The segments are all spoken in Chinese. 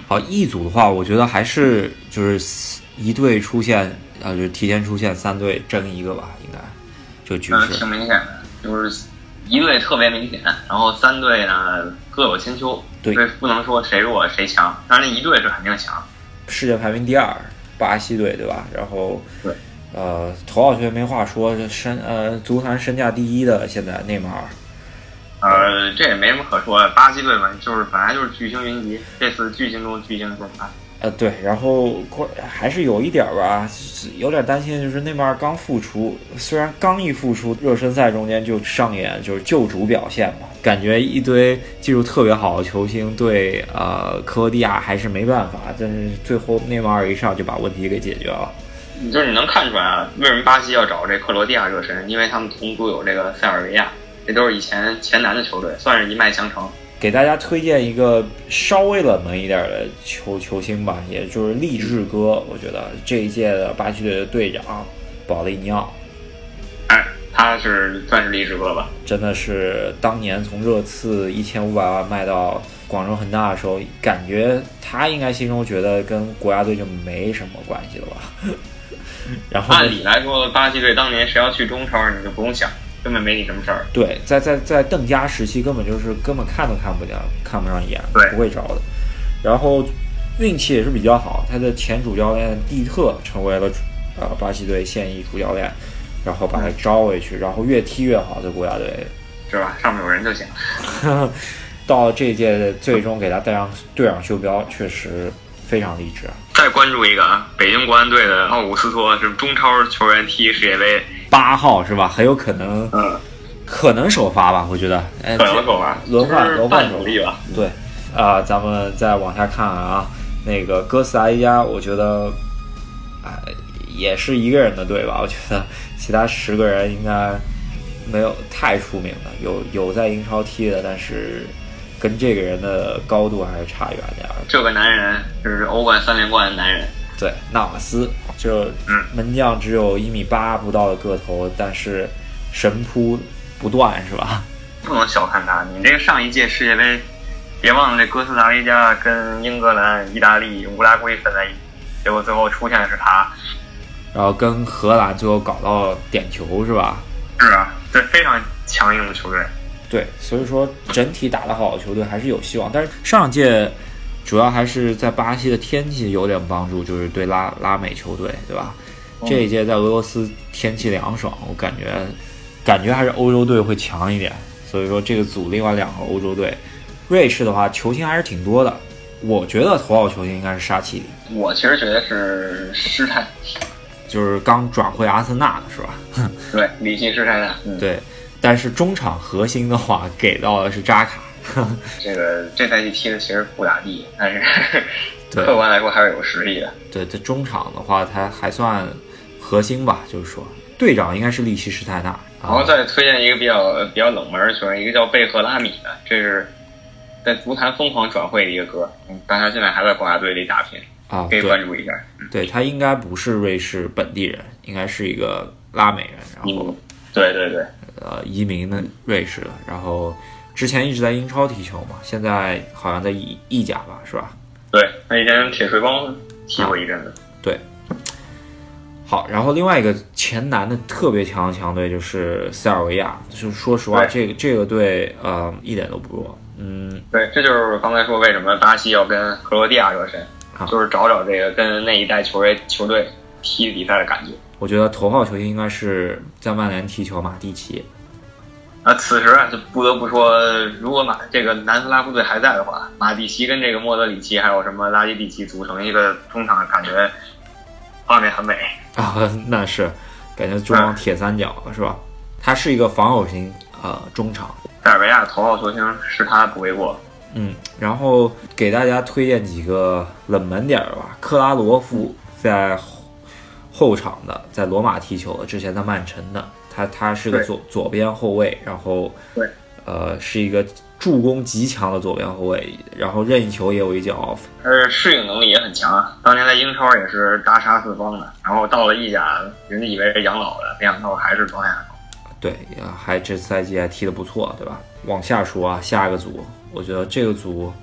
好，E组的话，我觉得还是就是一队出现，就是提前出现3队争一个吧，应该这个局势挺明显的，就是一队特别明显，然后3队呢各有千秋， 对， 不能说谁弱谁强，当然一队是肯定强。 世界排名第2，巴西队对吧？然后对， 头号球员没话说，足坛身价第1的现在内马尔。 这也没什么可说的，巴西队嘛，就是本来就是巨星云集，这次巨星中巨星中吧。 对，然后还是有一点吧，有点担心，就是内马尔刚复出，虽然刚一复出，热身赛中间就上演就是救主表现嘛，感觉一堆技术特别好的球星对克罗地亚还是没办法，但是最后内马尔一上就把问题给解决了。 就是你能看出来啊，为什么巴西要找这克罗地亚热身？因为他们同组有这个塞尔维亚，这都是以前前南的球队，算是一脉相承。 给大家推荐一个稍微冷门一点的球星吧，也就是励志哥，我觉得这一届的巴西队的队长保利尼奥， 他是算是励志哥吧， 真的是当年从热刺1500万卖到广州恒大的时候，感觉他应该心中觉得跟国家队就没什么关系了吧。然后按理来说，巴西队当年谁要去中超，你就不用想。根本没你什么事儿。 对，在邓加时期根本看都看不上眼，不会找的。然后运气也是比较好，他的前主教练蒂特成为了巴西队现役主教练，然后把他招回去，然后越踢越好，在国家队是吧？上面有人就行。 到了这一届最终给他带上队长袖标，确实非常励志。 再关注一个啊，北京国安队的奥古斯托是中超球员踢世界杯 8号是吧？很有可能，可能首发吧，我觉得。 可能首发， 轮换主力吧。 对，咱们再往下看啊，那个哥斯达黎加，我觉得，也是一个人的队吧。我觉得其他10个人应该没有太出名的，有在英超踢的，但是跟这个人的高度还是差远点。 这个男人就是欧冠3连冠的男人。 对，纳瓦斯，这门将只有1.8米不到的个头，但是神扑不断，是吧？ 不能小看他。你这个上一届世界杯，别忘了这哥斯达黎加跟英格兰、意大利、乌拉圭分在一起，结果最后出现的是他， 然后跟荷兰最后搞到点球，是吧？ 是啊，这非常强硬的球队。 对，所以说整体打得好的球队还是有希望，但是上届主要还是在巴西的天气有点帮助，就是对拉美球队，对吧？这一届在俄罗斯天气凉爽，我感觉还是欧洲队会强一点，所以说这个组另外2个欧洲队，瑞士的话球星还是挺多的，我觉得头号球星应该是沙奇里， 我其实觉得是施泰， 就是刚转会阿森纳的是吧？ 对，里希施泰纳， 对，但是中场核心的话给到的是扎卡。 这赛季踢的其实不咋地，但是客观来说还是有实力的。 对，这中场的话，他还算核心吧，就是说队长应该是利希施泰纳。 然后再推荐一个比较冷门的球员，一个叫贝赫拉米的，这是在足坛疯狂转会的一个哥，但他现在还在国家队里打拼啊，可以关注一下。 对，他应该不是瑞士本地人，应该是一个拉美人，然后对， 移民的瑞士的，然后之前一直在英超踢球嘛，现在好像在意甲吧，是吧？ 对，他以前铁锤帮踢过一阵子。 对。好，然后另外一个前南的特别强的强队就是塞尔维亚，就说实话，这个队一点都不弱。 对，这就是刚才说为什么巴西要跟克罗地亚热身，就是找这个跟那一代球队踢比赛的感觉。 我觉得头号球星应该是在曼联踢球马蒂奇。 此时就不得不说，如果这个南斯拉夫队还在的话，马蒂奇跟这个莫德里奇还有什么拉基蒂奇组成一个中场，感觉画面很美啊，那是感觉中央铁三角是吧？他是一个防守型中场。 塞尔维亚头号球星是他不为过。 然后给大家推荐几个冷门点吧。克拉罗夫在后场的，在罗马踢球的，之前在曼城的，他是个左边后卫，然后是一个助攻极强的左边后卫，然后任意球也有一脚， 适应能力也很强啊。当年在英超也是大杀四方的，然后到了意甲，人家以为是养老的，没想到还是状态很好。 对，还这赛季还踢得不错，对吧？往下说啊，下一个组，我觉得这个组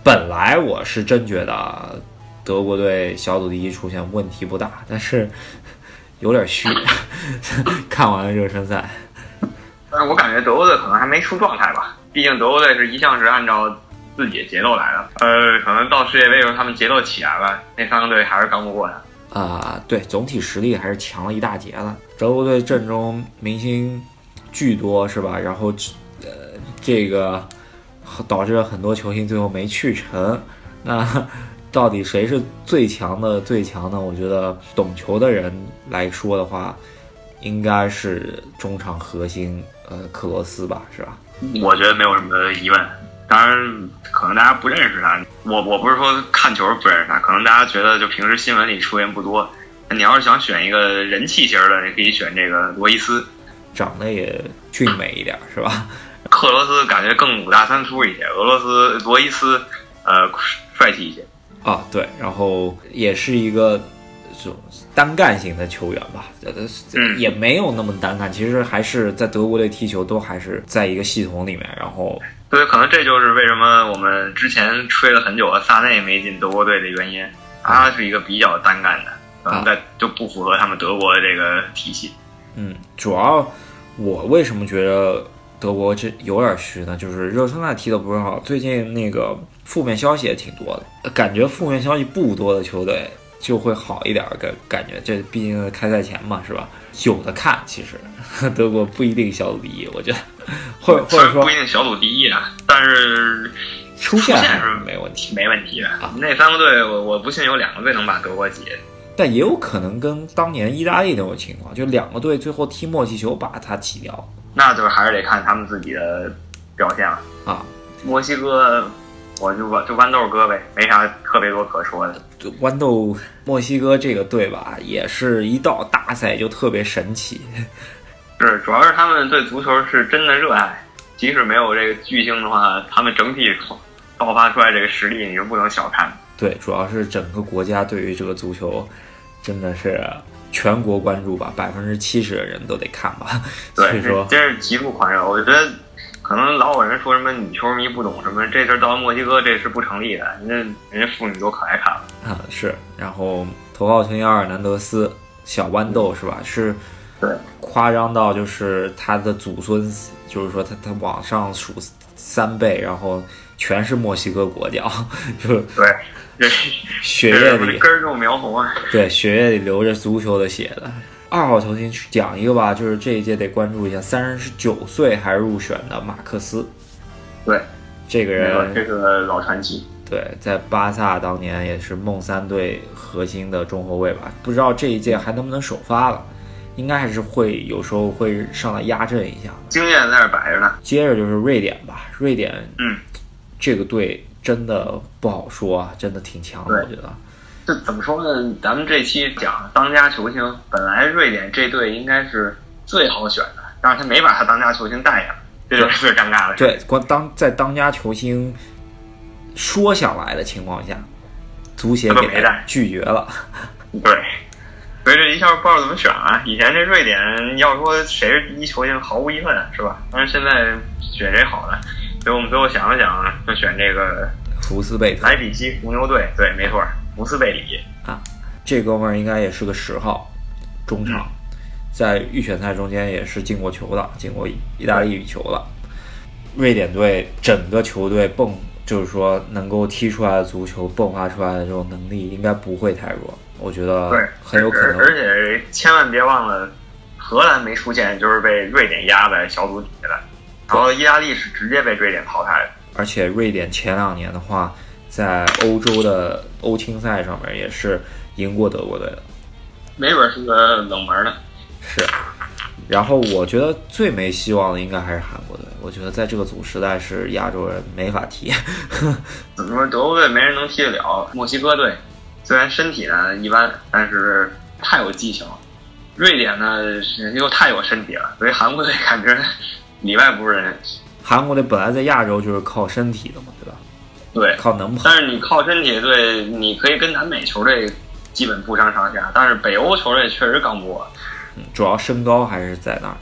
本来我是真觉得德国队小组第一出现问题不大，但是有点虚。看完了热身赛， 但是我感觉德国队可能还没出状态吧，毕竟德国队一向是按照自己的节奏来的。可能到世界杯的时候他们节奏起来了，那3个队还是刚不过他。 对，总体实力还是强了一大截了。德国队阵中明星巨多是吧？然后这个导致了很多球星最后没去成。那到底谁是最强的？最强的，我觉得懂球的人来说的话，应该是中场核心克罗斯吧，是吧？ 我觉得没有什么疑问。当然，可能大家不认识他，我不是说看球不认识他，可能大家觉得就平时新闻里出现不多。你要是想选一个人气型的，你可以选这个罗伊斯， 长得也俊美一点，是吧？ 克罗斯感觉更五大三粗一些，罗伊斯帅气一些。 对，然后也是一个这种单干型的球员吧，也没有那么单干，其实还是在德国队踢球都还是在一个系统里面，然后对，可能这就是为什么我们之前吹了很久的萨内没进德国队的原因，他是一个比较单干的，可能就不符合他们德国的这个体系。 主要我为什么觉得德国这有点虚呢？就是热身赛踢得不是好，最近那个负面消息也挺多的，感觉负面消息不多的球队就会好一点感觉，这毕竟开赛前嘛，是吧？有的看，其实德国不一定小组第一，我觉得，或者说不一定小组第一啊，但是出现是没问题的。那3个队，我不信有2个队能把德国解。 但也有可能跟当年意大利那种情况，就2个队最后踢默契球把它挤掉， 那就是还是得看他们自己的表现了啊。 墨西哥，我就豌豆哥呗，没啥特别多可说的。 豌豆墨西哥这个队吧，也是一到大赛就特别神奇。 是，主要是他们对足球是真的热爱，即使没有这个巨星的话，他们整体爆发出来这个实力你是不能小看的。 对，主要是整个国家对于这个足球真的是全国关注吧，70%的人都得看吧。 对， 所以说真是极度狂热。我觉得可能老有人说什么女球迷不懂什么，这事到墨西哥这是不成立的，人家妇女都可爱看了是。然后头号球星阿尔南德斯小豌豆是吧？是对， 夸张到就是他的祖孙，就是说他往上数3辈，然后全是墨西哥国脚，就对。 血液里根肉苗红啊！ 对，血液里流着足球的血的。2号球星讲一个吧，就是这一届得关注一下，39岁还入选的马克思。 对， 这个人这个老传奇。 对，在巴萨当年也是梦3队核心的中后卫吧，不知道这一届还能不能首发了，应该还是会有时候会上来压阵一下。 经验在那摆着呢。 接着就是瑞典吧，瑞典这个队真的不好说啊，真的挺强的，我觉得。 这怎么说呢？咱们这期讲当家球星，本来瑞典这队应该是最好选的，但是他没把他当家球星带上，这就是最尴尬的。 对，在当家球星说想来的情况下，足协给他拒绝了。 对，所以这一下不知道怎么选了。以前这瑞典要说谁是第一球星，毫无疑问，是吧？但是现在选谁好呢？所以我们最后想了想，就选这个福斯贝特， 莱比锡红牛队。对，没错，福斯贝里这哥们儿应该也是个10号中场，在预选赛中间也是进过球的，进过意大利羽球了。瑞典队整个球队就是说能够踢出来的足球，迸发出来的这种能力，应该不会太弱，我觉得很有可能。 而且千万别忘了，荷兰没出现就是被瑞典压在小组底下的。然后意大利是直接被瑞典淘汰的， 而且瑞典前2年的话，在欧洲的欧青赛上面也是赢过德国队的， 没准是个冷门的。 是，然后我觉得最没希望的应该还是韩国队，我觉得在这个组实在是亚洲人没法踢。 怎么说，德国队没人能踢得了，墨西哥队虽然身体呢一般，但是太有技巧，瑞典呢又太有身体了，所以韩国队感觉里外不是人。 韩国队本来在亚洲就是靠身体的嘛，对吧？ 对， 靠能跑。 但是你靠身体队，你可以跟南美球队基本不相上下，但是北欧球队确实刚不过。 主要身高还是在那儿。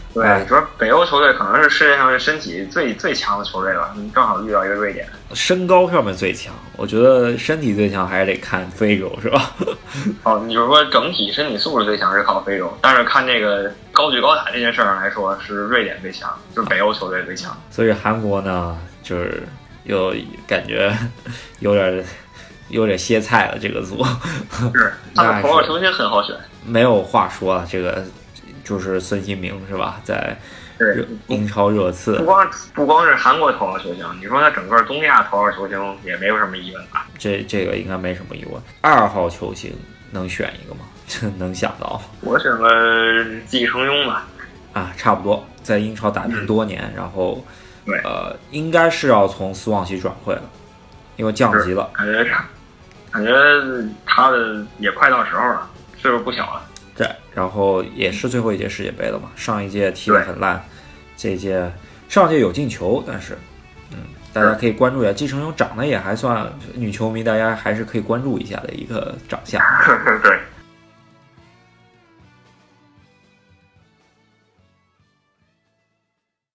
对，主要北欧球队可能是世界上身体最强的球队了，正好遇到一个瑞典。 身高上面最强，我觉得身体最强还是得看非洲，是吧？ 哦，你就是说整体身体素质最强是靠非洲，但是看这个高举高打这件事儿来说，是瑞典最强，就是北欧球队最强。 所以韩国呢，就是又感觉有点歇菜了，这个组。 是，他们头号球星很好选， 没有话说了，这个就是孙兴民是吧？在英超热刺， 不光是韩国头号球星，你说他整个东亚头号球星也没有什么疑问吧？ 这个应该没什么疑问。2号球星能选一个吗？能想到？ 我选个季承庸吧。 啊，差不多，在英超打拼多年，然后应该是要从斯旺西转会了，因为降级了。 感觉他的也快到时候了，岁数不小了。 对，然后也是最后一届世界杯了嘛，上一届踢得很烂，这一届上届有进球，但是大家可以关注一下，季承庸长得也还算，女球迷大家还是可以关注一下的一个长相。 对。